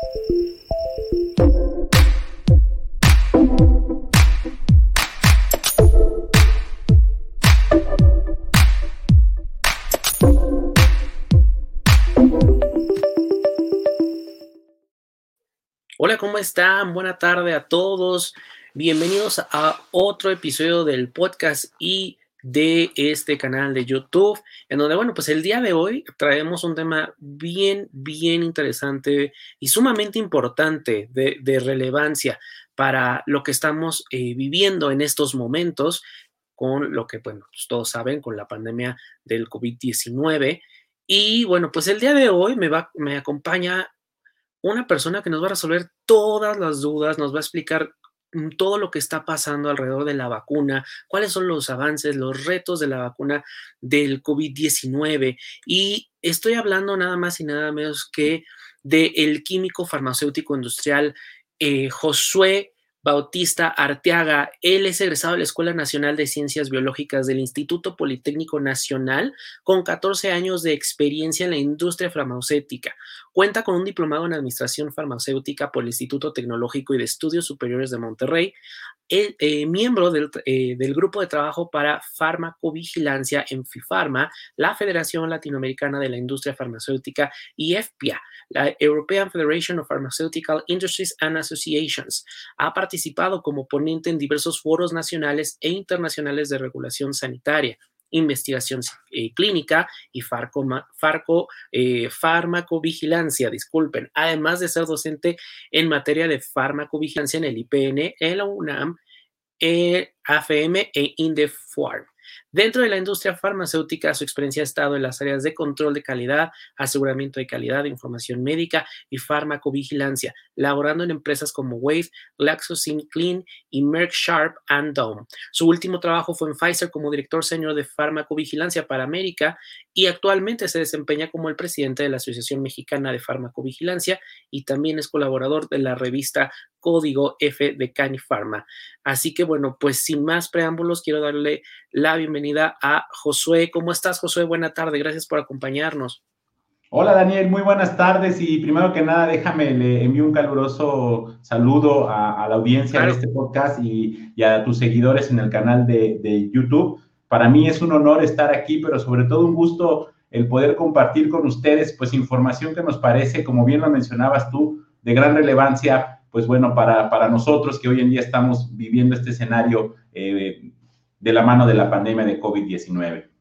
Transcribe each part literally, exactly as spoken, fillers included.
Hola, ¿cómo están? Buena tarde a todos. Bienvenidos a otro episodio del podcast y de este canal de YouTube, en donde, bueno, pues el día de hoy traemos un tema bien, bien interesante y sumamente importante de, de relevancia para lo que estamos eh, viviendo en estos momentos con lo que, bueno, pues todos saben, con la pandemia del COVID diecinueve. Y bueno, pues el día de hoy me, va, me acompaña una persona que nos va a resolver todas las dudas, nos va a explicar mm, todo lo que está pasando alrededor de la vacuna, cuáles son los avances, los retos de la vacuna del COVID diecinueve. Y estoy hablando nada más y nada menos que del químico farmacéutico industrial eh, Josué Bautista Arteaga. Él es egresado de la Escuela Nacional de Ciencias Biológicas del Instituto Politécnico Nacional, con catorce años de experiencia en la industria farmacéutica. Cuenta con un diplomado en Administración Farmacéutica por el Instituto Tecnológico y de Estudios Superiores de Monterrey. Es eh, miembro del, eh, del Grupo de Trabajo para Farmacovigilancia en FIFARMA, la Federación Latinoamericana de la Industria Farmacéutica, y E F P I A, la European Federation of Pharmaceutical Industries and Associations. Ha participado como ponente en diversos foros nacionales e internacionales de regulación sanitaria, investigación eh, clínica y farco, farco, eh, farmacovigilancia, disculpen, además de ser docente en materia de farmacovigilancia en el I P N, en la UNAM, eh, A F M e INDEFARM. Dentro de la industria farmacéutica, su experiencia ha estado en las áreas de control de calidad, aseguramiento de calidad, información médica y farmacovigilancia, laborando en empresas como Wave, GlaxoSmithKline y Merck Sharp and Dohme. Su último trabajo fue en Pfizer como director senior de farmacovigilancia para América, y actualmente se desempeña como el presidente de la Asociación Mexicana de Farmacovigilancia y también es colaborador de la revista Código F de Canifarma. Así que bueno, pues sin más preámbulos, quiero darle la bienvenida a Josué. ¿Cómo estás, Josué? Buena tarde, gracias por acompañarnos. Hola Daniel, muy buenas tardes, y primero que nada déjame, le envío un caluroso saludo a, a la audiencia Claro. de este podcast y, y a tus seguidores en el canal de, de YouTube. Para mí es un honor estar aquí, pero sobre todo un gusto el poder compartir con ustedes pues información que nos parece, como bien lo mencionabas tú, de gran relevancia, pues bueno, para, para nosotros que hoy en día estamos viviendo este escenario eh, de la mano de la pandemia de COVID diecinueve.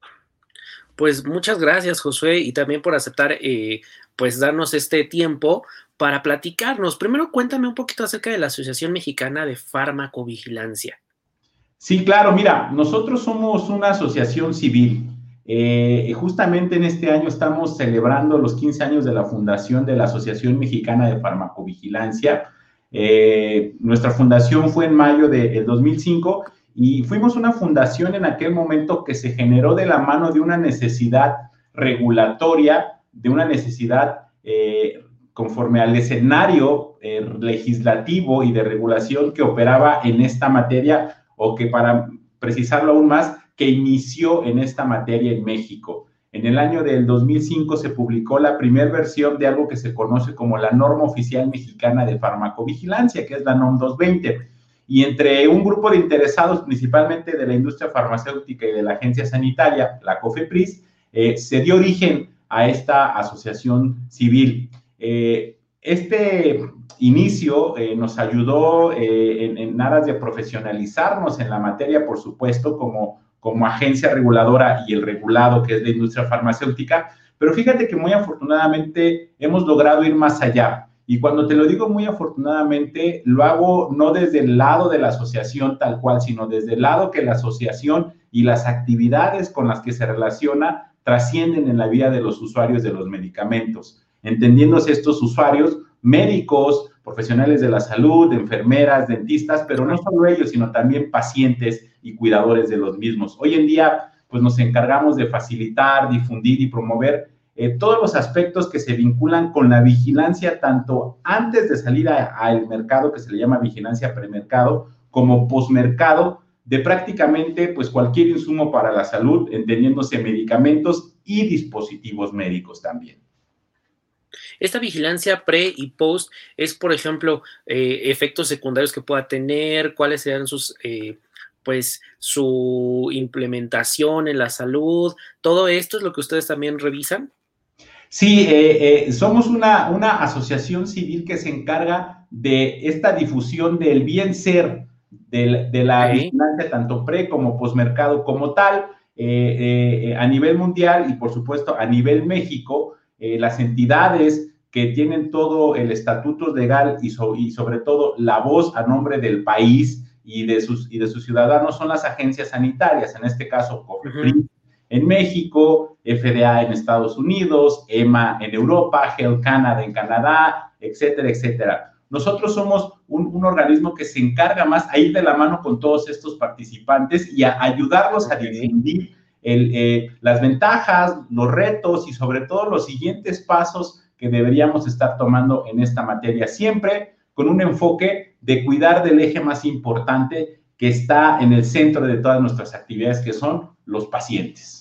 Pues muchas gracias, Josué, y también por aceptar, eh, pues darnos este tiempo para platicarnos. Primero, cuéntame un poquito acerca de la Asociación Mexicana de Farmacovigilancia. Sí, claro, mira, nosotros somos una asociación civil. Eh, justamente en este año estamos celebrando los quince años de la fundación de la Asociación Mexicana de Farmacovigilancia. Eh, nuestra fundación fue en mayo del dos mil cinco y fuimos una fundación en aquel momento que se generó de la mano de una necesidad regulatoria, de una necesidad eh, conforme al escenario eh, legislativo y de regulación que operaba en esta materia, o que, para precisarlo aún más, que inició en esta materia en México. En el año del dos mil cinco se publicó la primera versión de algo que se conoce como la Norma Oficial Mexicana de Farmacovigilancia, que es la NOM doscientos veinte. Y entre un grupo de interesados, principalmente de la industria farmacéutica y de la agencia sanitaria, la COFEPRIS, eh, se dio origen a esta asociación civil. Eh, este inicio eh, nos ayudó eh, en, en aras de profesionalizarnos en la materia, por supuesto, como, como agencia reguladora y el regulado que es la industria farmacéutica, pero fíjate que muy afortunadamente hemos logrado ir más allá. Y cuando te lo digo muy afortunadamente, lo hago no desde el lado de la asociación tal cual, sino desde el lado que la asociación y las actividades con las que se relaciona trascienden en la vida de los usuarios de los medicamentos, entendiéndose estos usuarios médicos, profesionales de la salud, enfermeras, dentistas, pero no solo ellos, sino también pacientes y cuidadores de los mismos. Hoy en día, pues nos encargamos de facilitar, difundir y promover eh, todos los aspectos que se vinculan con la vigilancia, tanto antes de salir al mercado, que se le llama vigilancia premercado, como posmercado, de prácticamente pues cualquier insumo para la salud, entendiéndose medicamentos y dispositivos médicos también. Esta vigilancia pre y post es, por ejemplo, eh, efectos secundarios que pueda tener, cuáles sean sus, eh, pues, su implementación en la salud, ¿todo esto es lo que ustedes también revisan? Sí, eh, eh, somos una, una asociación civil que se encarga de esta difusión del bien ser, de, de la Okey. vigilancia tanto pre como posmercado como tal, eh, eh, a nivel mundial y por supuesto a nivel México, eh, las entidades que tienen todo el estatuto legal y, so, y sobre todo la voz a nombre del país y de sus, y de sus ciudadanos son las agencias sanitarias, en este caso Ujú. COFEPRIS en México, F D A en Estados Unidos, EMA en Europa, Health Canada en Canadá, etcétera, etcétera. Nosotros somos un, un organismo que se encarga más a ir de la mano con todos estos participantes y a ayudarlos a Okey. difundir el, eh, las ventajas, los retos y sobre todo los siguientes pasos que deberíamos estar tomando en esta materia, siempre con un enfoque de cuidar del eje más importante que está en el centro de todas nuestras actividades, que son los pacientes.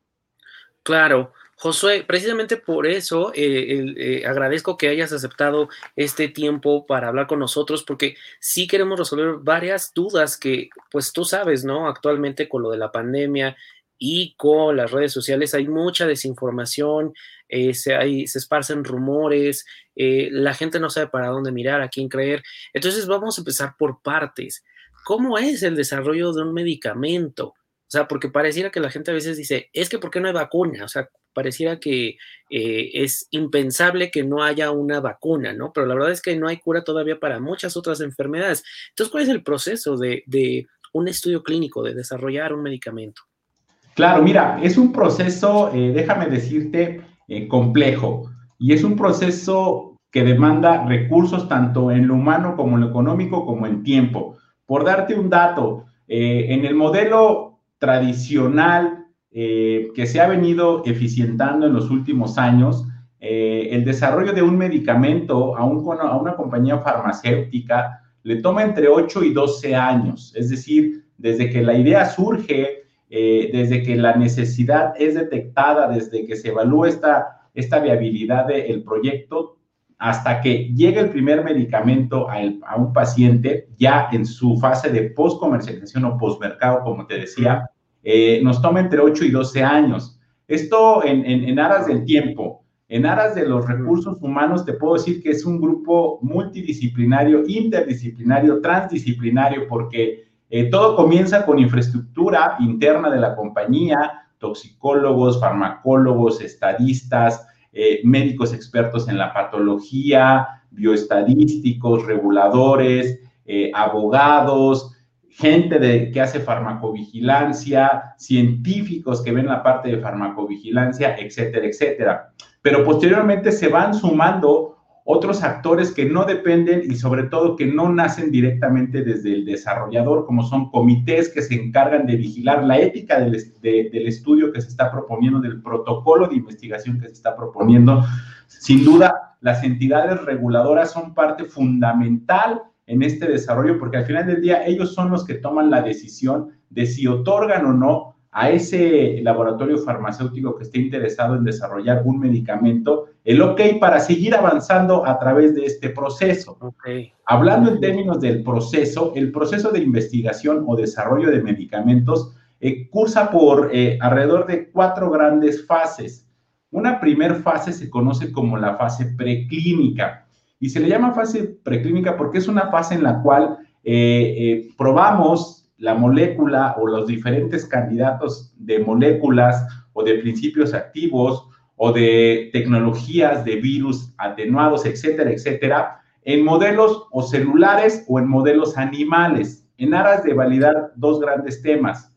Claro. Josué, precisamente por eso, eh, el eh, agradezco que hayas aceptado este tiempo para hablar con nosotros, porque sí queremos resolver varias dudas que, pues, tú sabes, ¿no? Actualmente con lo de la pandemia y con las redes sociales hay mucha desinformación, eh, se hay se esparcen rumores, eh, la gente no sabe para dónde mirar, a quién creer. Entonces, vamos a empezar por partes. ¿Cómo es el desarrollo de un medicamento? O sea, porque pareciera que la gente a veces dice: "Es que, ¿por qué no hay vacuna?". O sea, pareciera que, eh, es impensable que no haya una vacuna, ¿no? Pero la verdad es que no hay cura todavía para muchas otras enfermedades. Entonces, ¿cuál es el proceso de de un estudio clínico, de desarrollar un medicamento? Claro, mira, es un proceso, eh, déjame decirte, eh, complejo. Y es un proceso que demanda recursos tanto en lo humano como en lo económico como en tiempo. Por darte un dato, eh, en el modelo tradicional eh, que se ha venido eficientando en los últimos años, eh, el desarrollo de un medicamento a, un, a una compañía farmacéutica le toma entre ocho y doce años. Es decir, desde que la idea surge, eh, desde que la necesidad es detectada, desde que se evalúa esta, esta viabilidad del proyecto, hasta que llega el primer medicamento a, el, a un paciente, ya en su fase de post-comercialización o post-mercado, como te decía, eh, nos toma entre ocho y doce años. Esto en, en, en aras del tiempo. En aras de los recursos humanos, te puedo decir que es un grupo multidisciplinario, interdisciplinario, transdisciplinario, porque eh, todo comienza con infraestructura interna de la compañía, toxicólogos, farmacólogos, estadistas, eh, médicos expertos en la patología, bioestadísticos, reguladores, eh, abogados, gente de, que hace farmacovigilancia, científicos que ven la parte de farmacovigilancia, etcétera, etcétera. Pero posteriormente se van sumando otros actores que no dependen y sobre todo que no nacen directamente desde el desarrollador, como son comités que se encargan de vigilar la ética del, de, del estudio que se está proponiendo, del protocolo de investigación que se está proponiendo. Sin duda, las entidades reguladoras son parte fundamental en este desarrollo, porque al final del día ellos son los que toman la decisión de si otorgan o no a ese laboratorio farmacéutico que esté interesado en desarrollar un medicamento el ok para seguir avanzando a través de este proceso. Okay. Hablando en Uh-huh. términos del proceso, el proceso de investigación o desarrollo de medicamentos eh, cursa por eh, alrededor de cuatro grandes fases. Una primera fase se conoce como la fase preclínica y se le llama fase preclínica porque es una fase en la cual eh, eh, probamos la molécula o los diferentes candidatos de moléculas o de principios activos o de tecnologías de virus atenuados, etcétera, etcétera, en modelos o celulares o en modelos animales, en aras de validar dos grandes temas.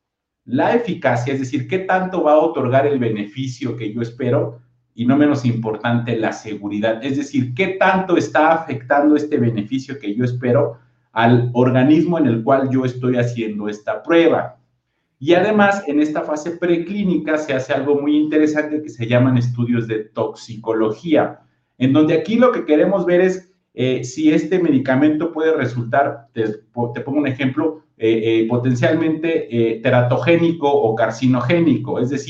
La eficacia, es decir, qué tanto va a otorgar el beneficio que yo espero, y no menos importante, la seguridad, es decir, qué tanto está afectando este beneficio que yo espero al organismo en el cual yo estoy haciendo esta prueba. Y además, en esta fase preclínica se hace algo muy interesante que se llaman estudios de toxicología, en donde aquí lo que queremos ver es eh, si este medicamento puede resultar, te, te pongo un ejemplo, eh, eh, potencialmente eh, teratogénico o carcinogénico, es decir,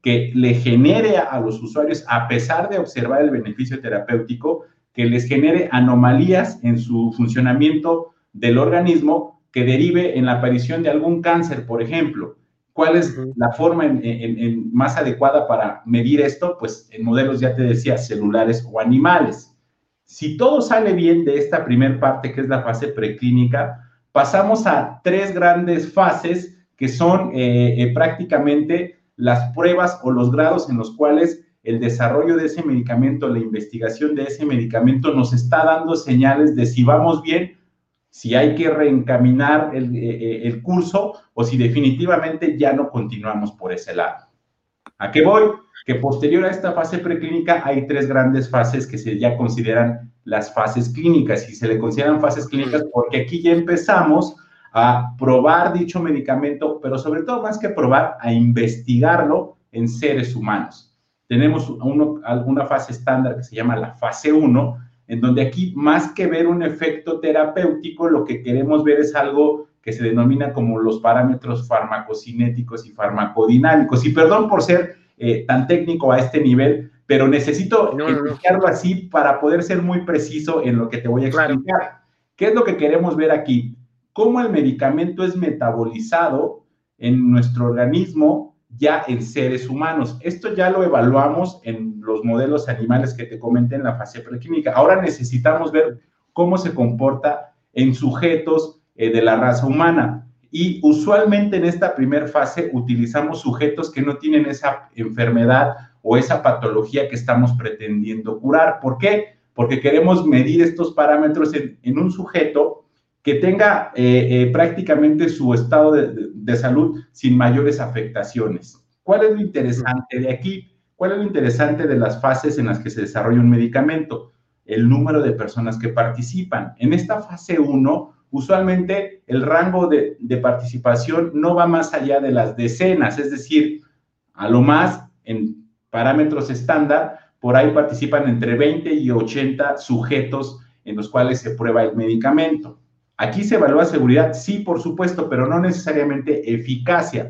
que le genere a los usuarios, a pesar de observar el beneficio terapéutico, que les genere anomalías en su funcionamiento del organismo que derive en la aparición de algún cáncer, por ejemplo. ¿Cuál es Ujú. la forma en, en, en más adecuada para medir esto? Pues en modelos, ya te decía, celulares o animales. Si todo sale bien de esta primera parte, que es la fase preclínica, pasamos a tres grandes fases que son eh, eh, prácticamente las pruebas o los grados en los cuales el desarrollo de ese medicamento, la investigación de ese medicamento nos está dando señales de si vamos bien, si hay que reencaminar el, eh, el curso o si definitivamente ya no continuamos por ese lado. ¿A qué voy? Que posterior a esta fase preclínica hay tres grandes fases que se ya consideran las fases clínicas, y se le consideran fases clínicas porque aquí ya empezamos a probar dicho medicamento, pero sobre todo, más que probar, a investigarlo en seres humanos. Tenemos uno, una fase estándar que se llama la fase uno, en donde aquí, más que ver un efecto terapéutico, lo que queremos ver es algo que se denomina como los parámetros farmacocinéticos y farmacodinámicos. Y perdón por ser eh, tan técnico a este nivel, pero necesito No, no, no. explicarlo así para poder ser muy preciso en lo que te voy a explicar. Claro. ¿Qué es lo que queremos ver aquí? Cómo el medicamento es metabolizado en nuestro organismo ya en seres humanos. Esto ya lo evaluamos en los modelos animales que te comenté en la fase preclínica. Ahora necesitamos ver cómo se comporta en sujetos eh, de la raza humana. Y usualmente en esta primera fase utilizamos sujetos que no tienen esa enfermedad o esa patología que estamos pretendiendo curar. ¿Por qué? Porque queremos medir estos parámetros en, en un sujeto que tenga eh, eh, prácticamente su estado de, de, de salud sin mayores afectaciones. ¿Cuál es lo interesante de aquí? ¿Cuál es lo interesante de las fases en las que se desarrolla un medicamento? El número de personas que participan. En esta fase uno, usualmente el rango de, de participación no va más allá de las decenas, es decir, a lo más en parámetros estándar, por ahí participan entre veinte y ochenta sujetos en los cuales se prueba el medicamento. ¿Aquí se evalúa seguridad? Sí, por supuesto, pero no necesariamente eficacia.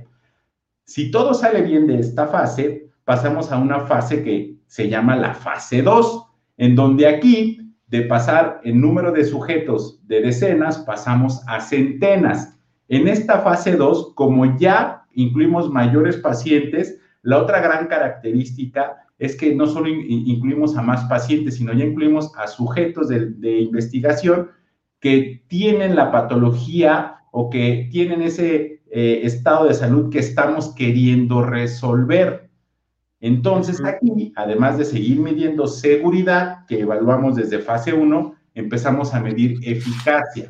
Si todo sale bien de esta fase, pasamos a una fase que se llama la fase dos, en donde aquí, de pasar el número de sujetos de decenas, pasamos a centenas. En esta fase dos, como ya incluimos mayores pacientes, la otra gran característica es que no solo incluimos a más pacientes, sino ya incluimos a sujetos de, de investigación que tienen la patología o que tienen ese eh, estado de salud que estamos queriendo resolver. Entonces, aquí, además de seguir midiendo seguridad, que evaluamos desde fase uno, empezamos a medir eficacia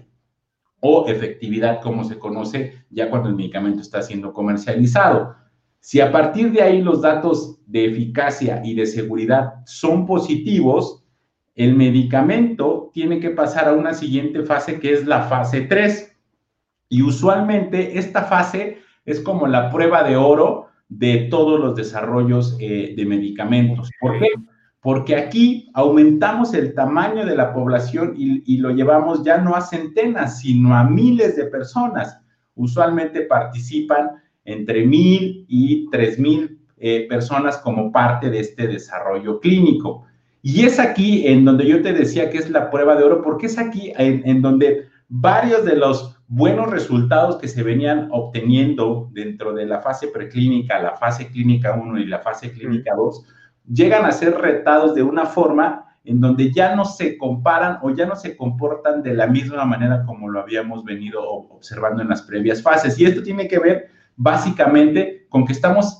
o efectividad, como se conoce ya cuando el medicamento está siendo comercializado. Si a partir de ahí los datos de eficacia y de seguridad son positivos, el medicamento tiene que pasar a una siguiente fase, que es la fase tres. Y usualmente esta fase es como la prueba de oro de todos los desarrollos eh, de medicamentos. ¿Por qué? Porque aquí aumentamos el tamaño de la población y, y lo llevamos ya no a centenas, sino a miles de personas. Usualmente participan entre mil y tres mil eh, personas como parte de este desarrollo clínico. Y es aquí en donde yo te decía que es la prueba de oro, porque es aquí en, en donde varios de los buenos resultados que se venían obteniendo dentro de la fase preclínica, la fase clínica uno y la fase clínica dos, llegan a ser retados de una forma en donde ya no se comparan o ya no se comportan de la misma manera como lo habíamos venido observando en las previas fases. Y esto tiene que ver básicamente con que estamos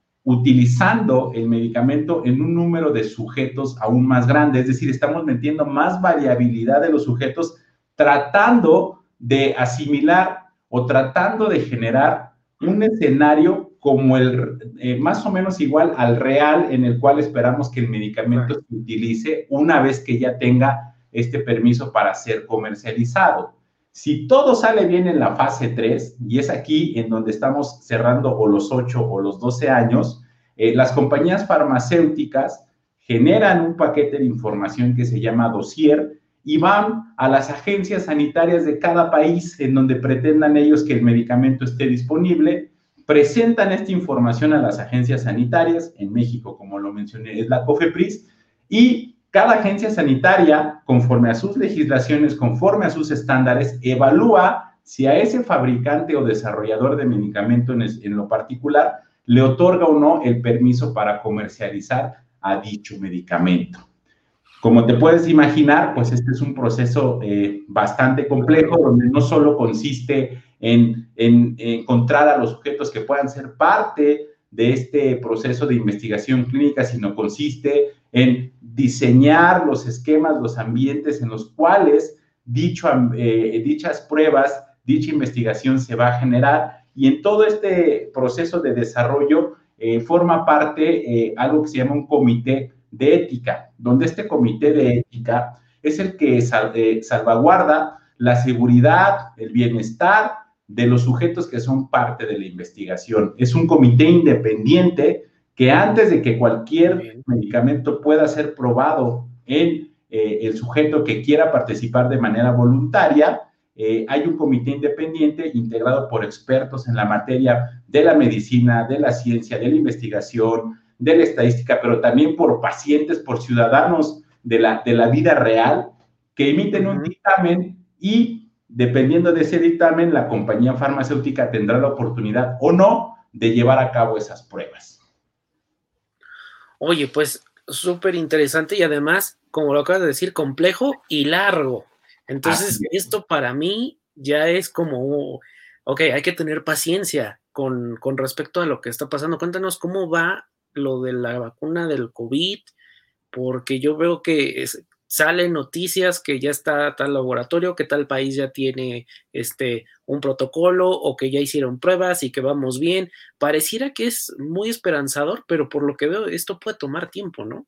utilizando el medicamento en un número de sujetos aún más grande, es decir, estamos metiendo más variabilidad de los sujetos, tratando de asimilar o tratando de generar un escenario como el, eh, más o menos igual al real en el cual esperamos que el medicamento se utilice una vez que ya tenga este permiso para ser comercializado. Si todo sale bien en la fase tres, y es aquí en donde estamos cerrando o los ocho o los doce años, eh, las compañías farmacéuticas generan un paquete de información que se llama dossier y van a las agencias sanitarias de cada país en donde pretendan ellos que el medicamento esté disponible, presentan esta información a las agencias sanitarias, en México, como lo mencioné, es la COFEPRIS, y cada agencia sanitaria, conforme a sus legislaciones, conforme a sus estándares, evalúa si a ese fabricante o desarrollador de medicamento en, en lo particular le otorga o no el permiso para comercializar a dicho medicamento. Como te puedes imaginar, pues este es un proceso eh, bastante complejo, donde no solo consiste en, en, en encontrar a los sujetos que puedan ser parte de este proceso de investigación clínica, sino consiste en diseñar los esquemas, los ambientes en los cuales dicho, eh, dichas pruebas, dicha investigación se va a generar, y en todo este proceso de desarrollo eh, forma parte eh, algo que se llama un comité de ética, donde este comité de ética es el que sal, eh, salvaguarda la seguridad, el bienestar de los sujetos que son parte de la investigación. Es un comité independiente que antes de que cualquier Bien. medicamento pueda ser probado en eh, el sujeto que quiera participar de manera voluntaria, eh, hay un comité independiente integrado por expertos en la materia de la medicina, de la ciencia, de la investigación, de la estadística, pero también por pacientes, por ciudadanos de la, de la vida real, que emiten uh-huh. un dictamen, y dependiendo de ese dictamen, la compañía farmacéutica tendrá la oportunidad o no de llevar a cabo esas pruebas. Oye, pues súper interesante, y además, como lo acabas de decir, complejo y largo. Entonces, esto para mí ya es como, ok, hay que tener paciencia con, con respecto a lo que está pasando. Cuéntanos cómo va lo de la vacuna del COVID, porque yo veo que es, salen noticias que ya está tal laboratorio, que tal país ya tiene este, un protocolo, o que ya hicieron pruebas y que vamos bien. Pareciera que es muy esperanzador, pero por lo que veo esto puede tomar tiempo, ¿no?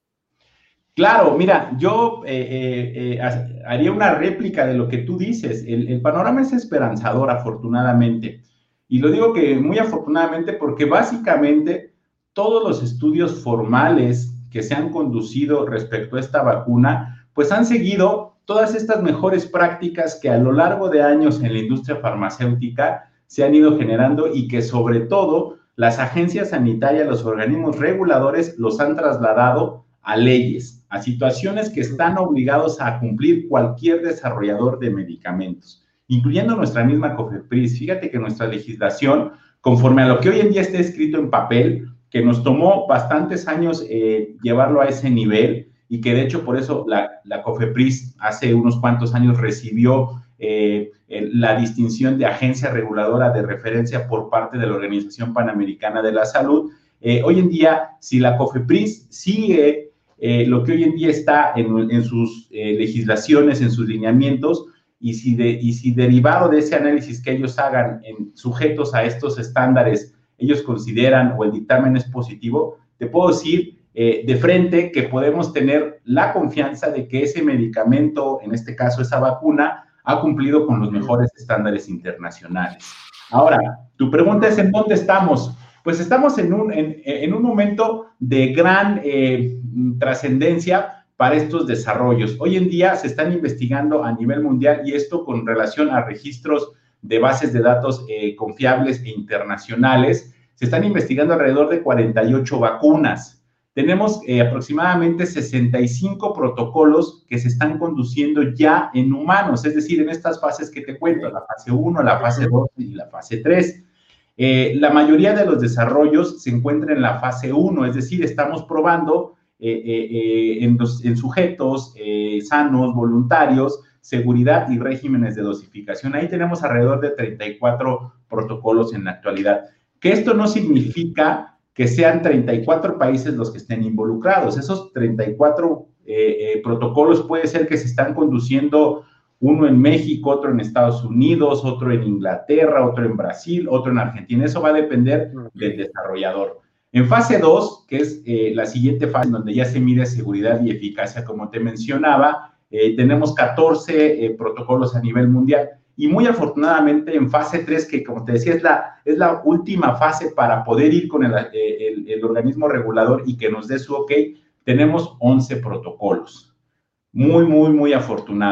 Claro, mira, yo eh, eh, eh, haría una réplica de lo que tú dices. El, el panorama es esperanzador, afortunadamente. Y lo digo que muy afortunadamente porque básicamente todos los estudios formales que se han conducido respecto a esta vacuna, pues han seguido todas estas mejores prácticas que a lo largo de años en la industria farmacéutica se han ido generando, y que sobre todo las agencias sanitarias, los organismos reguladores los han trasladado a leyes, a situaciones que están obligados a cumplir cualquier desarrollador de medicamentos, incluyendo nuestra misma COFEPRIS. Fíjate que nuestra legislación, conforme a lo que hoy en día está escrito en papel, que nos tomó bastantes años eh, llevarlo a ese nivel, y que de hecho por eso la, la COFEPRIS hace unos cuantos años recibió eh, el, la distinción de agencia reguladora de referencia por parte de la Organización Panamericana de la Salud. Eh, hoy en día, si la COFEPRIS sigue Eh, lo que hoy en día está en, en sus eh, legislaciones, en sus lineamientos, y si, de, y si derivado de ese análisis que ellos hagan en, sujetos a estos estándares, ellos consideran o el dictamen es positivo, te puedo decir eh, de frente que podemos tener la confianza de que ese medicamento, en este caso esa vacuna, ha cumplido con los mejores estándares internacionales. Ahora, tu pregunta es ¿en dónde estamos? Pues estamos en un, en, en un momento de gran eh, trascendencia para estos desarrollos. Hoy en día se están investigando a nivel mundial, y esto con relación a registros de bases de datos eh, confiables e internacionales. Se están investigando alrededor de cuarenta y ocho vacunas. Tenemos eh, aproximadamente sesenta y cinco protocolos que se están conduciendo ya en humanos, es decir, en estas fases que te cuento, la fase uno, la fase dos y la fase tres. Eh, la mayoría de los desarrollos se encuentran en la fase uno, es decir, estamos probando eh, eh, eh, en, los, en sujetos eh, sanos, voluntarios, seguridad y regímenes de dosificación. Ahí tenemos alrededor de treinta y cuatro protocolos en la actualidad. Que esto no significa que sean treinta y cuatro países los que estén involucrados. Esos treinta y cuatro eh, eh, protocolos puede ser que se están conduciendo uno en México, otro en Estados Unidos, otro en Inglaterra, otro en Brasil, otro en Argentina. Eso va a depender del desarrollador. En fase dos, que es eh, la siguiente fase donde ya se mide seguridad y eficacia, como te mencionaba, eh, tenemos catorce eh, protocolos a nivel mundial. Y muy afortunadamente en fase tres, que como te decía es la, es la última fase para poder ir con el, el, el organismo regulador y que nos dé su ok, tenemos once protocolos. Muy, muy, muy afortunado.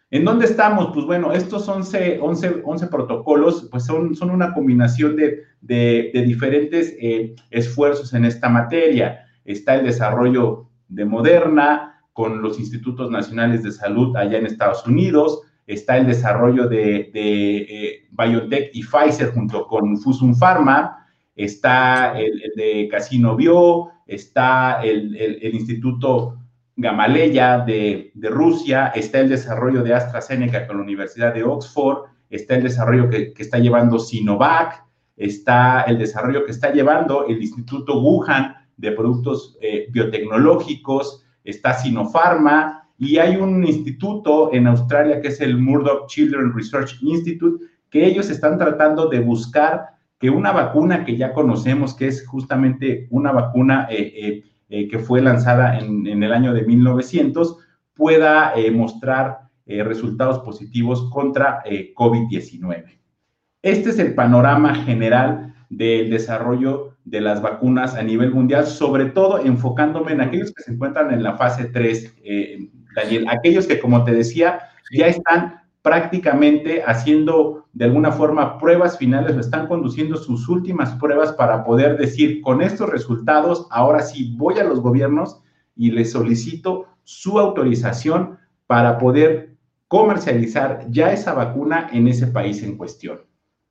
¿En dónde estamos? Pues bueno, estos once, once, once protocolos pues son, son una combinación de, de, de diferentes eh, esfuerzos en esta materia. Está el desarrollo de Moderna con los Institutos Nacionales de Salud allá en Estados Unidos, está el desarrollo de, de eh, BioNTech y Pfizer junto con Fosun Pharma, está el, el de Casino Bio, está el, el, el Instituto Gamaleya de, de Rusia, está el desarrollo de AstraZeneca con la Universidad de Oxford, está el desarrollo que, que está llevando Sinovac, está el desarrollo que está llevando el Instituto Wuhan de productos eh, biotecnológicos, está Sinopharma, y hay un instituto en Australia que es el Murdoch Children Research Institute, que ellos están tratando de buscar que una vacuna que ya conocemos, que es justamente una vacuna eh, eh, Eh, que fue lanzada en, en el año de mil novecientos, pueda eh, mostrar eh, resultados positivos contra eh, COVID diecinueve. Este es el panorama general del desarrollo de las vacunas a nivel mundial, sobre todo enfocándome en aquellos que se encuentran en la fase tres, eh, Daniel, aquellos que, como te decía, ya están prácticamente haciendo de alguna forma pruebas finales o están conduciendo sus últimas pruebas para poder decir, con estos resultados, ahora sí voy a los gobiernos y les solicito su autorización para poder comercializar ya esa vacuna en ese país en cuestión.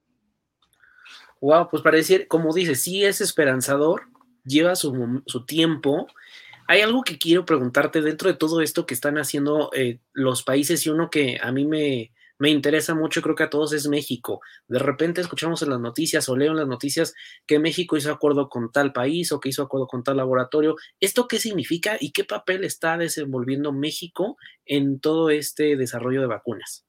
Wow, pues para decir, como dices, sí es esperanzador, lleva su, su tiempo. Hay algo que quiero preguntarte dentro de todo esto que están haciendo eh, los países, y uno que a mí me, me interesa mucho, creo que a todos, es México. De repente escuchamos en las noticias o leo en las noticias que México hizo acuerdo con tal país o que hizo acuerdo con tal laboratorio. ¿Esto qué significa y qué papel está desenvolviendo México en todo este desarrollo de vacunas?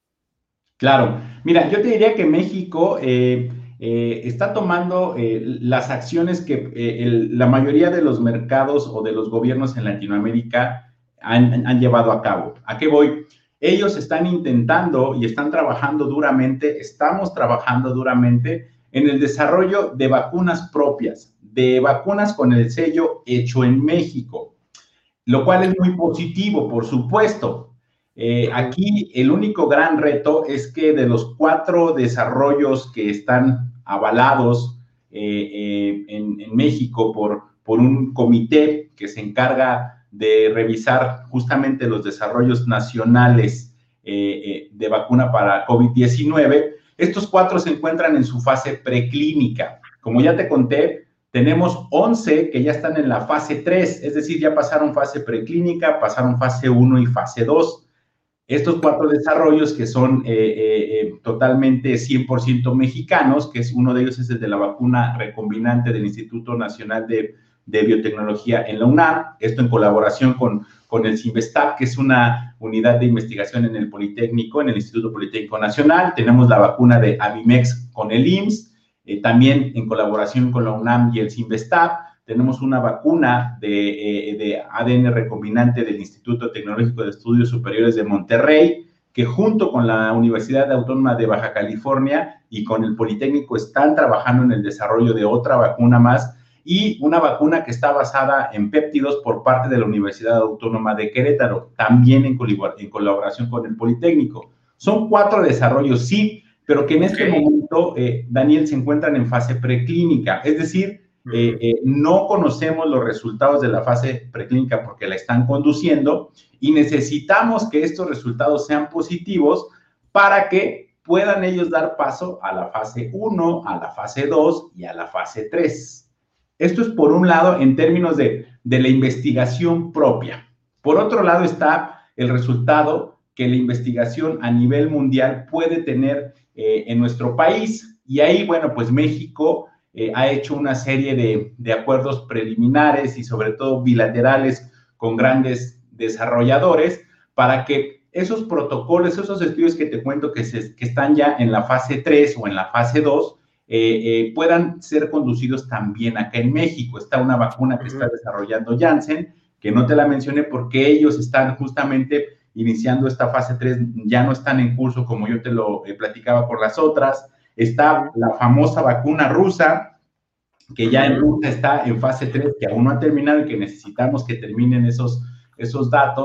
Claro, mira, yo te diría que México eh, eh, está tomando eh, las acciones que eh, el, la mayoría de los mercados o de los gobiernos en Latinoamérica han, han llevado a cabo. ¿A qué voy? Ellos están intentando y están trabajando duramente, estamos trabajando duramente en el desarrollo de vacunas propias, de vacunas con el sello hecho en México, lo cual es muy positivo, por supuesto. Eh, aquí el único gran reto es que de los cuatro desarrollos que están avalados eh, eh, en, en México por, por un comité que se encarga de revisar justamente los desarrollos nacionales eh, eh, de vacuna para COVID diecinueve, estos cuatro se encuentran en su fase preclínica. Como ya te conté, tenemos once que ya están en la fase tres, es decir, ya pasaron fase preclínica, pasaron fase uno y fase dos. Estos cuatro desarrollos que son eh, eh, eh, totalmente cien por ciento mexicanos, que es uno de ellos es el de la vacuna recombinante del Instituto Nacional de, de Biotecnología en la UNAM, esto en colaboración con, con el CINVESTAP, que es una unidad de investigación en el Politécnico, en el Instituto Politécnico Nacional. Tenemos la vacuna de Avimex con el I M S S, eh, también en colaboración con la UNAM y el CINVESTAP. Tenemos una vacuna de, eh, de A D N recombinante del Instituto Tecnológico de Estudios Superiores de Monterrey, que junto con la Universidad Autónoma de Baja California y con el Politécnico están trabajando en el desarrollo de otra vacuna más, y una vacuna que está basada en péptidos por parte de la Universidad Autónoma de Querétaro, también en, en colaboración con el Politécnico. Son cuatro desarrollos, sí, pero que en este okay. momento, eh, Daniel, se encuentran en fase preclínica, es decir, Eh, eh, no conocemos los resultados de la fase preclínica porque la están conduciendo y necesitamos que estos resultados sean positivos para que puedan ellos dar paso a la fase uno, a la fase dos y a la fase tres. Esto es por un lado en términos de, de la investigación propia. Por otro lado está el resultado que la investigación a nivel mundial puede tener eh, en nuestro país, y ahí, bueno, pues México Eh, ha hecho una serie de, de acuerdos preliminares y sobre todo bilaterales con grandes desarrolladores para que esos protocolos, esos estudios que te cuento que, se, que están ya en la fase tres o en la fase dos, eh, eh, puedan ser conducidos también acá en México. Está una vacuna que uh-huh. está desarrollando Janssen, que no te la mencioné porque ellos están justamente iniciando esta fase tres, ya no están en curso como yo te lo eh, platicaba por las otras. Está la famosa vacuna rusa, que ya en Rusia está en fase tres, que aún no ha terminado y que necesitamos que terminen esos, esos datos.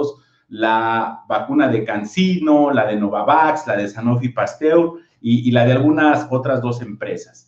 la vacuna de CanSino, la de Novavax, la de Sanofi Pasteur y, y la de algunas otras dos empresas.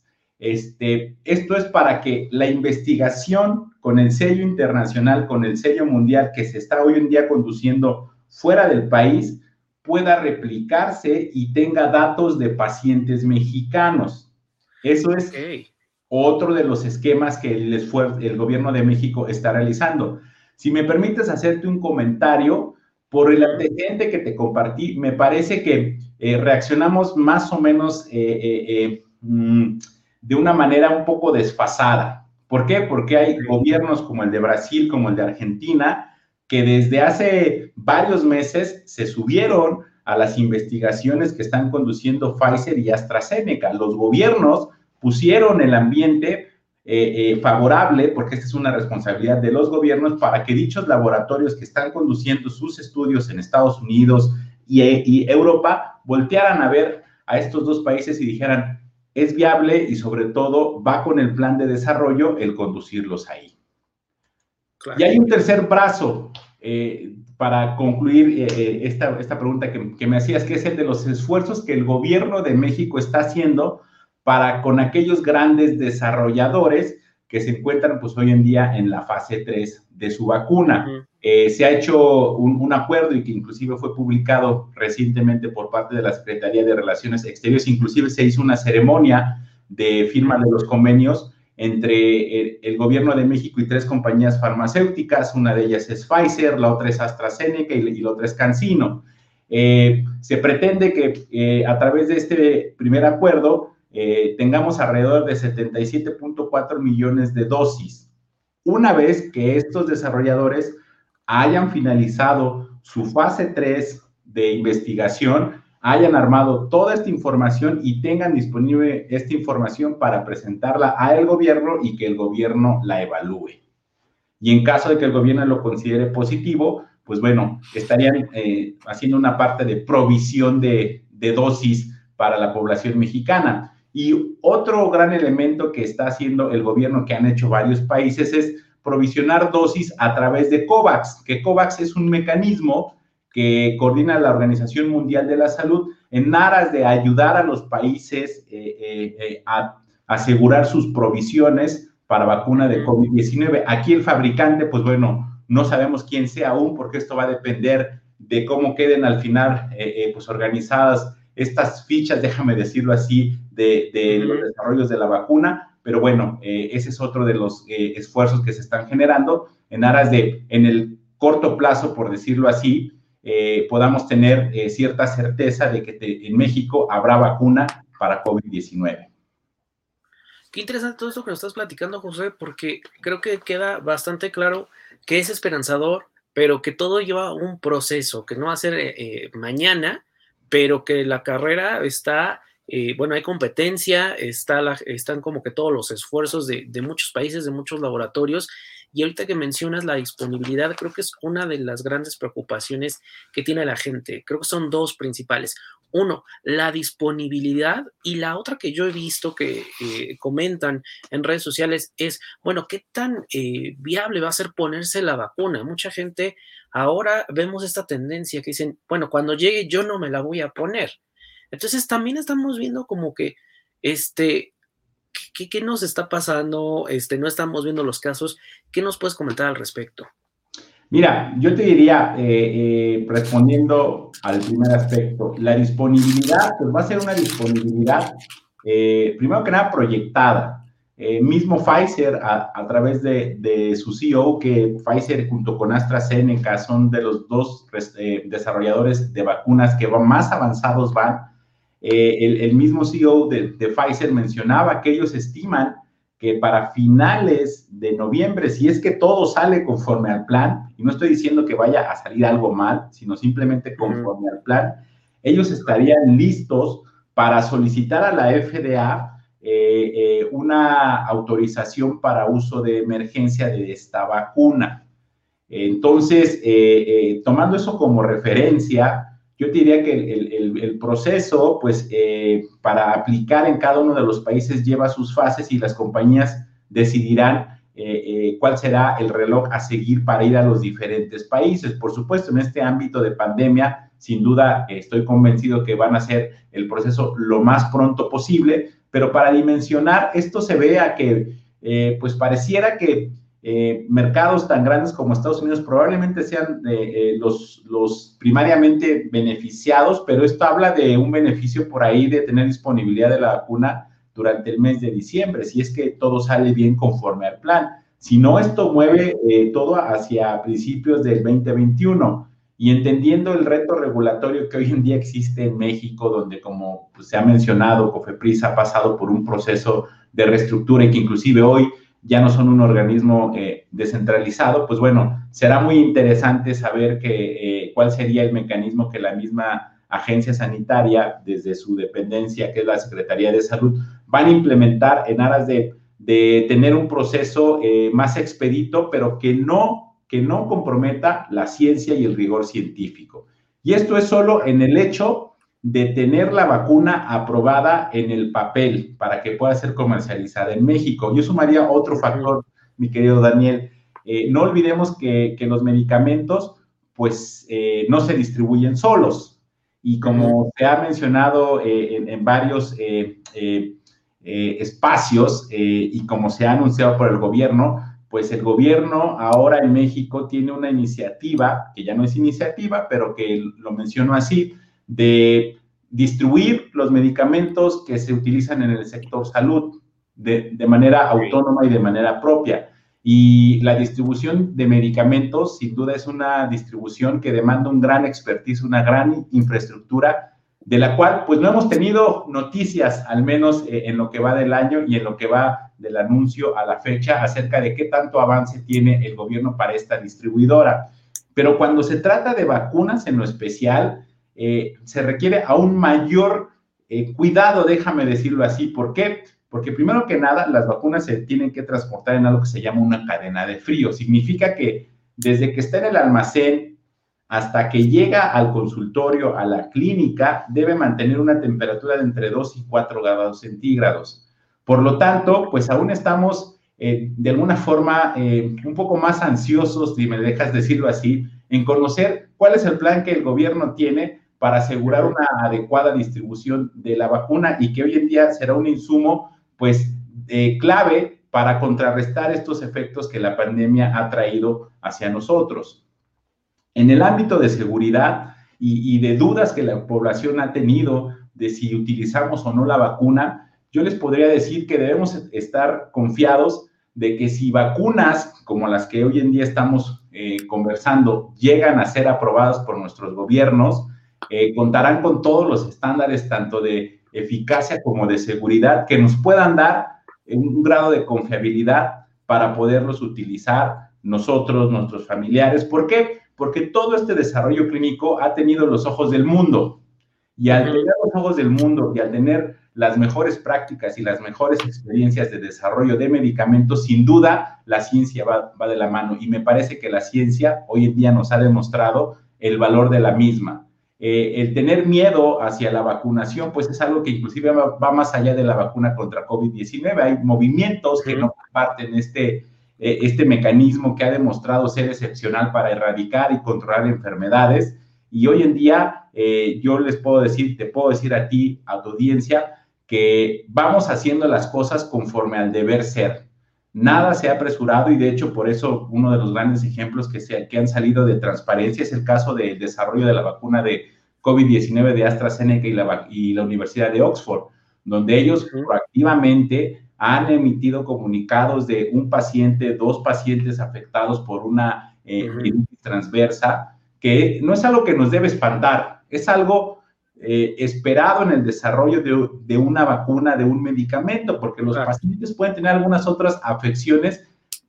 Este, esto es para que la investigación con el sello internacional, con el sello mundial que se está hoy en día conduciendo fuera del país, pueda replicarse y tenga datos de pacientes mexicanos. Eso es okay. Otro de los esquemas que el, esfuerzo, el gobierno de México está realizando. Si me permites hacerte un comentario, por el antecedente que te compartí, me parece que eh, reaccionamos más o menos eh, eh, eh, mm, de una manera un poco desfasada. ¿Por qué? Porque hay gobiernos como el de Brasil, como el de Argentina, que desde hace varios meses se subieron a las investigaciones que están conduciendo Pfizer y AstraZeneca. Los gobiernos pusieron el ambiente eh, eh, favorable, porque esta es una responsabilidad de los gobiernos, para que dichos laboratorios que están conduciendo sus estudios en Estados Unidos y, y Europa voltearan a ver a estos dos países y dijeran, es viable y sobre todo va con el plan de desarrollo el conducirlos ahí. Claro. Y hay un tercer brazo eh, para concluir eh, esta, esta pregunta que, que me hacías, que es el de los esfuerzos que el gobierno de México está haciendo para con aquellos grandes desarrolladores que se encuentran pues hoy en día en la fase tres de su vacuna. Uh-huh. Eh, se ha hecho un, un acuerdo y que inclusive fue publicado recientemente por parte de la Secretaría de Relaciones Exteriores, inclusive se hizo una ceremonia de firma de los convenios entre el, el gobierno de México y tres compañías farmacéuticas, una de ellas es Pfizer, la otra es AstraZeneca y, y la otra es CanSino. Eh, se pretende que eh, a través de este primer acuerdo Eh, tengamos alrededor de setenta y siete punto cuatro millones de dosis. Una vez que estos desarrolladores hayan finalizado su fase tres de investigación, hayan armado toda esta información y tengan disponible esta información para presentarla al gobierno y que el gobierno la evalúe. Y en caso de que el gobierno lo considere positivo, pues bueno, estarían eh, haciendo una parte de provisión de, de dosis para la población mexicana. Y otro gran elemento que está haciendo el gobierno, que han hecho varios países, es provisionar dosis a través de COVAX, que COVAX es un mecanismo que coordina la Organización Mundial de la Salud en aras de ayudar a los países eh, eh, eh, a asegurar sus provisiones para vacuna de COVID diecinueve. Aquí el fabricante, pues bueno, no sabemos quién sea aún, porque esto va a depender de cómo queden al final eh, eh, pues organizadas estas fichas, déjame decirlo así, de, de uh-huh. los desarrollos de la vacuna, pero bueno, eh, ese es otro de los eh, esfuerzos que se están generando en aras de, en el corto plazo, por decirlo así, eh, podamos tener eh, cierta certeza de que te, en México habrá vacuna para COVID diecinueve. Qué interesante todo esto que nos estás platicando, José, porque creo que queda bastante claro que es esperanzador, pero que todo lleva un proceso, que no va a ser eh, mañana, pero que la carrera está, eh, bueno, hay competencia, está la, están como que todos los esfuerzos de, de muchos países, de muchos laboratorios, y ahorita que mencionas la disponibilidad, creo que es una de las grandes preocupaciones que tiene la gente. Creo que son dos principales. Uno, la disponibilidad, y la otra que yo he visto que eh, comentan en redes sociales es, bueno, ¿qué tan eh, viable va a ser ponerse la vacuna? Mucha gente, ahora vemos esta tendencia que dicen, bueno, cuando llegue yo no me la voy a poner. Entonces también estamos viendo como que, este, ¿qué, qué nos está pasando? Este, no estamos viendo los casos. ¿Qué nos puedes comentar al respecto? Mira, yo te diría, eh, eh, respondiendo al primer aspecto, la disponibilidad, pues va a ser una disponibilidad, eh, primero que nada, proyectada. Eh, mismo Pfizer, a, a través de, de su C E O, que Pfizer junto con AstraZeneca son de los dos eh, desarrolladores de vacunas que van más avanzados van, eh, el, el mismo C E O de, de Pfizer mencionaba que ellos estiman que para finales de noviembre, si es que todo sale conforme al plan, y no estoy diciendo que vaya a salir algo mal, sino simplemente conforme al plan, ellos estarían listos para solicitar a la F D A eh, eh, una autorización para uso de emergencia de esta vacuna. Entonces, eh, eh, tomando eso como referencia, yo te diría que el, el, el proceso, pues, eh, para aplicar en cada uno de los países lleva sus fases y las compañías decidirán eh, eh, cuál será el reloj a seguir para ir a los diferentes países. Por supuesto, en este ámbito de pandemia, sin duda, eh, estoy convencido que van a hacer el proceso lo más pronto posible, pero para dimensionar esto se ve a que, eh, pues pareciera que eh, mercados tan grandes como Estados Unidos probablemente sean eh, eh, los, los primariamente beneficiados, pero esto habla de un beneficio por ahí de tener disponibilidad de la vacuna durante el mes de diciembre, si es que todo sale bien conforme al plan. Si no, esto mueve eh, todo hacia principios del veinte veintiuno. Y entendiendo el reto regulatorio que hoy en día existe en México, donde, como pues, se ha mencionado, COFEPRIS ha pasado por un proceso de reestructura y que inclusive hoy ya no son un organismo eh, descentralizado, pues bueno, será muy interesante saber que, eh, cuál sería el mecanismo que la misma agencia sanitaria, desde su dependencia, que es la Secretaría de Salud, van a implementar en aras de, de tener un proceso eh, más expedito, pero que no, que no comprometa la ciencia y el rigor científico. Y esto es solo en el hecho de tener la vacuna aprobada en el papel para que pueda ser comercializada en México. Yo sumaría otro factor, mi querido Daniel. Eh, no olvidemos que, que los medicamentos, pues, eh, no se distribuyen solos. Y como uh-huh. se ha mencionado eh, en, en varios eh, eh, eh, espacios eh, y como se ha anunciado por el gobierno, pues el gobierno ahora en México tiene una iniciativa, que ya no es iniciativa, pero que lo menciono así, de distribuir los medicamentos que se utilizan en el sector salud de, de manera autónoma y de manera propia. Y la distribución de medicamentos, sin duda, es una distribución que demanda un gran expertise, una gran infraestructura, de la cual, pues, no hemos tenido noticias, al menos eh, en lo que va del año y en lo que va del anuncio a la fecha, acerca de qué tanto avance tiene el gobierno para esta distribuidora. Pero cuando se trata de vacunas en lo especial, eh, se requiere aún mayor eh, cuidado, déjame decirlo así. ¿Por qué? Porque primero que nada, las vacunas se tienen que transportar en algo que se llama una cadena de frío. Significa que desde que está en el almacén hasta que llega al consultorio, a la clínica, debe mantener una temperatura de entre dos y cuatro grados centígrados. Por lo tanto, pues aún estamos eh, de alguna forma eh, un poco más ansiosos, si me dejas decirlo así, en conocer cuál es el plan que el gobierno tiene para asegurar una adecuada distribución de la vacuna y que hoy en día será un insumo, pues, eh, clave para contrarrestar estos efectos que la pandemia ha traído hacia nosotros. En el ámbito de seguridad y, y de dudas que la población ha tenido de si utilizamos o no la vacuna, yo les podría decir que debemos estar confiados de que si vacunas como las que hoy en día estamos eh, conversando llegan a ser aprobadas por nuestros gobiernos, eh, contarán con todos los estándares tanto de eficacia como de seguridad que nos puedan dar un grado de confiabilidad para poderlos utilizar nosotros, nuestros familiares. ¿Por qué? Porque todo este desarrollo clínico ha tenido los ojos del mundo. Y al tener los ojos del mundo y al tener las mejores prácticas y las mejores experiencias de desarrollo de medicamentos, sin duda la ciencia va, va de la mano. Y me parece que la ciencia hoy en día nos ha demostrado el valor de la misma. Eh, el tener miedo hacia la vacunación, pues es algo que inclusive va, va más allá de la vacuna contra COVID diecinueve. Hay movimientos que no comparten este, eh, este mecanismo que ha demostrado ser excepcional para erradicar y controlar enfermedades. Y hoy en día eh, yo les puedo decir, te puedo decir a ti, a tu audiencia, que vamos haciendo las cosas conforme al deber ser. Nada se ha apresurado y de hecho por eso uno de los grandes ejemplos que, se, que han salido de transparencia es el caso del desarrollo de la vacuna de COVID diecinueve de AstraZeneca y la, y la Universidad de Oxford, donde ellos uh-huh. proactivamente han emitido comunicados de un paciente, dos pacientes afectados por una eh, uh-huh. transversa, que no es algo que nos debe espantar, es algo eh, esperado en el desarrollo de, de una vacuna, de un medicamento, porque los claro. pacientes pueden tener algunas otras afecciones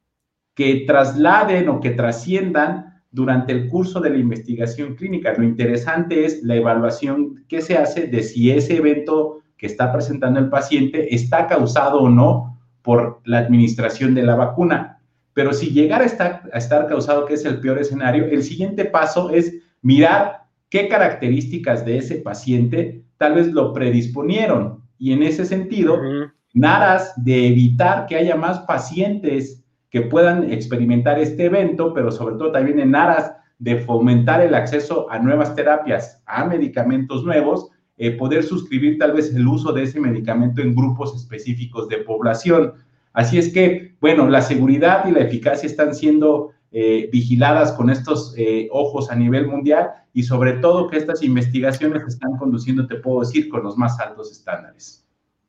que trasladen o que trasciendan durante el curso de la investigación clínica. Lo interesante es la evaluación que se hace de si ese evento que está presentando el paciente está causado o no por la administración de la vacuna. Pero si llegara a estar, a estar causado, que es el peor escenario, el siguiente paso es mirar qué características de ese paciente tal vez lo predisponieron. Y en ese sentido, uh-huh. en aras de evitar que haya más pacientes que que puedan experimentar este evento, pero sobre todo también en aras de fomentar el acceso a nuevas terapias, a medicamentos nuevos, eh, poder suscribir tal vez el uso de ese medicamento en grupos específicos de población. Así es que, bueno, la seguridad y la eficacia están siendo eh, vigiladas con estos eh, ojos a nivel mundial y sobre todo que estas investigaciones se están conduciendo, te puedo decir, con los más altos estándares.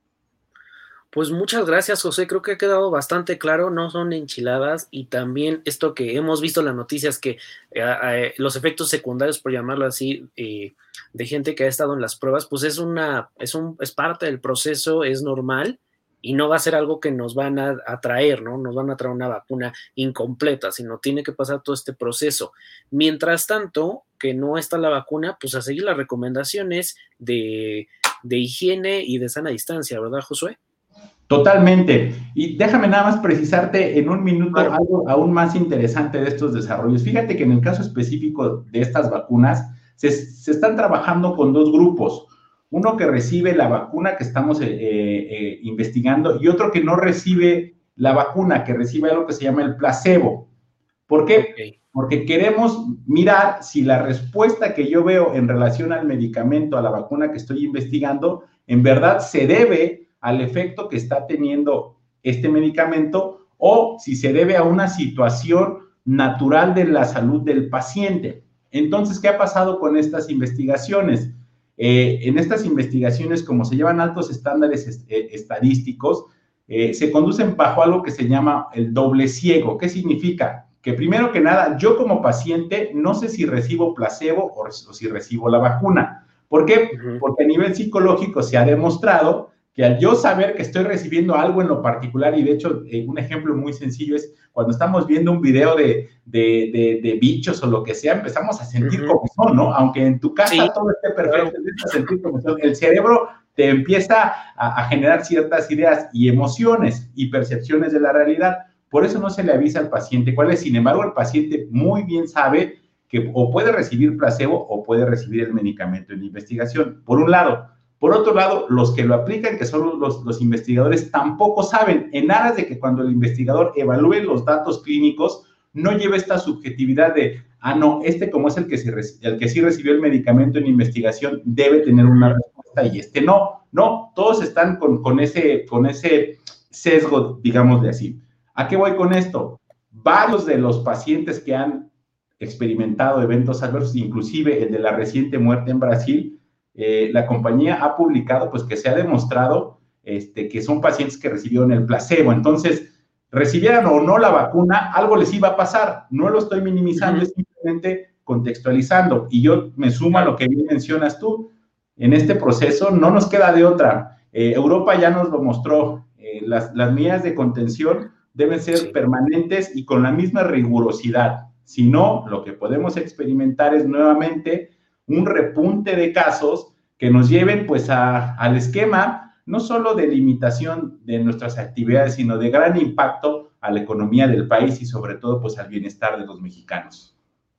Pues muchas gracias, José. Creo que ha quedado bastante claro, no son enchiladas y también esto que hemos visto en las noticias que eh, eh, los efectos secundarios, por llamarlo así, eh, de gente que ha estado en las pruebas, pues es una, es un, es parte del proceso, es normal y no va a ser algo que nos van a, a traer, ¿no? Nos van a traer una vacuna incompleta, sino tiene que pasar todo este proceso. Mientras tanto, que no está la vacuna, pues a seguir las recomendaciones de, de higiene y de sana distancia, ¿verdad, Josué? Totalmente. Y déjame nada más precisarte en un minuto Claro. algo aún más interesante de estos desarrollos. Fíjate que en el caso específico de estas vacunas, se, se están trabajando con dos grupos. Uno que recibe la vacuna que estamos eh, eh, investigando y otro que no recibe la vacuna, que recibe algo que se llama el placebo. ¿Por qué? Okay. Porque queremos mirar si la respuesta que yo veo en relación al medicamento, a la vacuna que estoy investigando, en verdad se debe al efecto que está teniendo este medicamento o si se debe a una situación natural de la salud del paciente. Entonces, ¿qué ha pasado con estas investigaciones? Eh, en estas investigaciones, como se llevan altos estándares est eh, estadísticos, eh, se conducen bajo algo que se llama el doble ciego. ¿Qué significa? Que primero que nada, yo como paciente no sé si recibo placebo o, o si recibo la vacuna. ¿Por qué? Uh-huh. Porque a nivel psicológico se ha demostrado que al yo saber que estoy recibiendo algo en lo particular, y de hecho eh, un ejemplo muy sencillo es cuando estamos viendo un video de, de, de, de bichos o lo que sea, empezamos a sentir uh-huh. comezón, ¿no? Aunque en tu casa sí, todo esté perfecto, claro. Empiezas a sentir comezón. El cerebro te empieza a, a generar ciertas ideas y emociones y percepciones de la realidad. Por eso no se le avisa al paciente cuál es. Sin embargo, el paciente muy bien sabe que o puede recibir placebo o puede recibir el medicamento en investigación, por un lado. Por otro lado, los que lo aplican, que son los, los investigadores, tampoco saben, en aras de que cuando el investigador evalúe los datos clínicos, no lleve esta subjetividad de, ah, no, este como es el que, se, el que sí recibió el medicamento en investigación, debe tener una respuesta y este no. No, todos están con, con, ese, con ese sesgo, digamos de así. ¿A qué voy con esto? Varios de los pacientes que han experimentado eventos adversos, inclusive el de la reciente muerte en Brasil, Eh, la compañía ha publicado pues que se ha demostrado este, que son pacientes que recibieron el placebo. Entonces, recibieran o no la vacuna, algo les iba a pasar. No lo estoy minimizando, uh-huh. es simplemente contextualizando. Y yo me sumo a lo que bien mencionas tú. En este proceso no nos queda de otra. Eh, Europa ya nos lo mostró. Eh, las, las medidas de contención deben ser sí. permanentes y con la misma rigurosidad. Si no, lo que podemos experimentar es nuevamente un repunte de casos que nos lleven pues a, al esquema no solo de limitación de nuestras actividades, sino de gran impacto a la economía del país y sobre todo pues al bienestar de los mexicanos.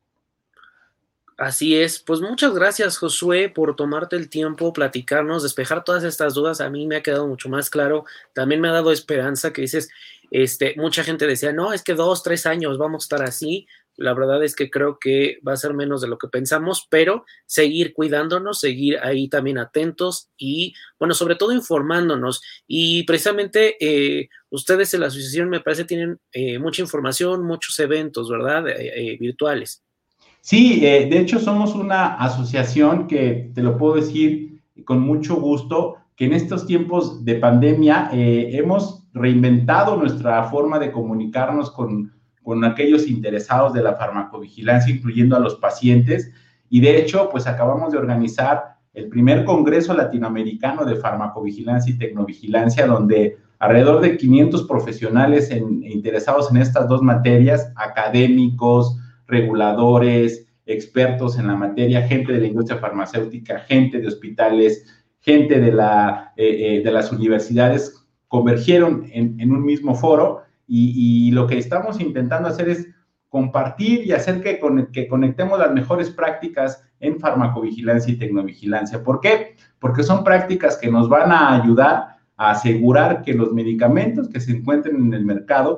Así es, pues muchas gracias, Josué, por tomarte el tiempo, platicarnos, despejar todas estas dudas. A mí me ha quedado mucho más claro, también me ha dado esperanza que dices, este, mucha gente decía, no, es que dos, tres años vamos a estar así. La verdad es que creo que va a ser menos de lo que pensamos, pero seguir cuidándonos, seguir ahí también atentos y, bueno, sobre todo informándonos. Y precisamente eh, ustedes en la asociación, me parece, tienen eh, mucha información, muchos eventos, ¿verdad? Eh, eh, virtuales. Sí, eh, de hecho somos una asociación que, te lo puedo decir con mucho gusto, que en estos tiempos de pandemia eh, hemos reinventado nuestra forma de comunicarnos con con aquellos interesados de la farmacovigilancia, incluyendo a los pacientes, y de hecho, pues acabamos de organizar el primer Congreso Latinoamericano de Farmacovigilancia y Tecnovigilancia, donde alrededor de quinientos profesionales en, interesados en estas dos materias, académicos, reguladores, expertos en la materia, gente de la industria farmacéutica, gente de hospitales, gente de, la, eh, eh, de las universidades, convergieron en, en un mismo foro. Y, y lo que estamos intentando hacer es compartir y hacer que, con, que conectemos las mejores prácticas en farmacovigilancia y tecnovigilancia. ¿Por qué? Porque son prácticas que nos van a ayudar a asegurar que los medicamentos que se encuentren en el mercado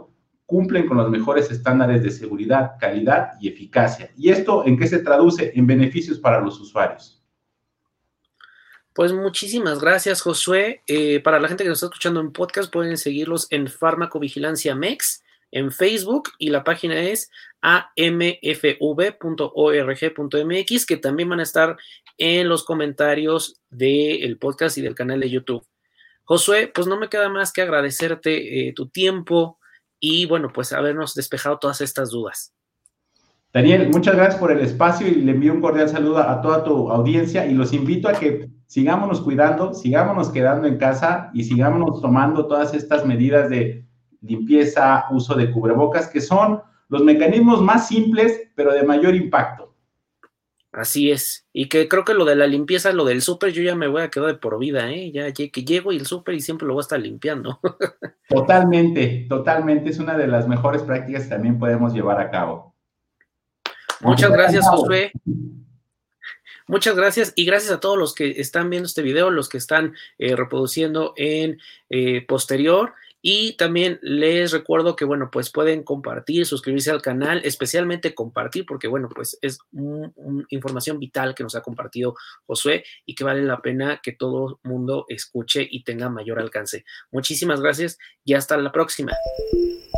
cumplen con los mejores estándares de seguridad, calidad y eficacia. ¿Y esto en qué se traduce? En beneficios para los usuarios. Pues muchísimas gracias, Josué. Eh, para la gente que nos está escuchando en podcast, pueden seguirlos en Farmacovigilancia Mex en Facebook y la página es a m f v punto org punto m x, que también van a estar en los comentarios del podcast y del canal de YouTube. Josué, pues no me queda más que agradecerte eh, tu tiempo y, bueno, pues habernos despejado todas estas dudas. Daniel, muchas gracias por el espacio y le envío un cordial saludo a toda tu audiencia y los invito a que sigámonos cuidando, sigámonos quedando en casa y sigámonos tomando todas estas medidas de limpieza, uso de cubrebocas, que son los mecanismos más simples, pero de mayor impacto. Así es, y que creo que lo de la limpieza, lo del súper, yo ya me voy a quedar de por vida, ¿eh? Ya que llego y el súper y siempre lo voy a estar limpiando. Totalmente, totalmente, es una de las mejores prácticas que también podemos llevar a cabo. Muchas gracias, Josué. Muchas gracias y gracias a todos los que están viendo este video, los que están eh, reproduciendo en eh, posterior. Y también les recuerdo que, bueno, pues pueden compartir, suscribirse al canal, especialmente compartir, porque, bueno, pues es un, un información vital que nos ha compartido Josué y que vale la pena que todo el mundo escuche y tenga mayor alcance. Muchísimas gracias y hasta la próxima.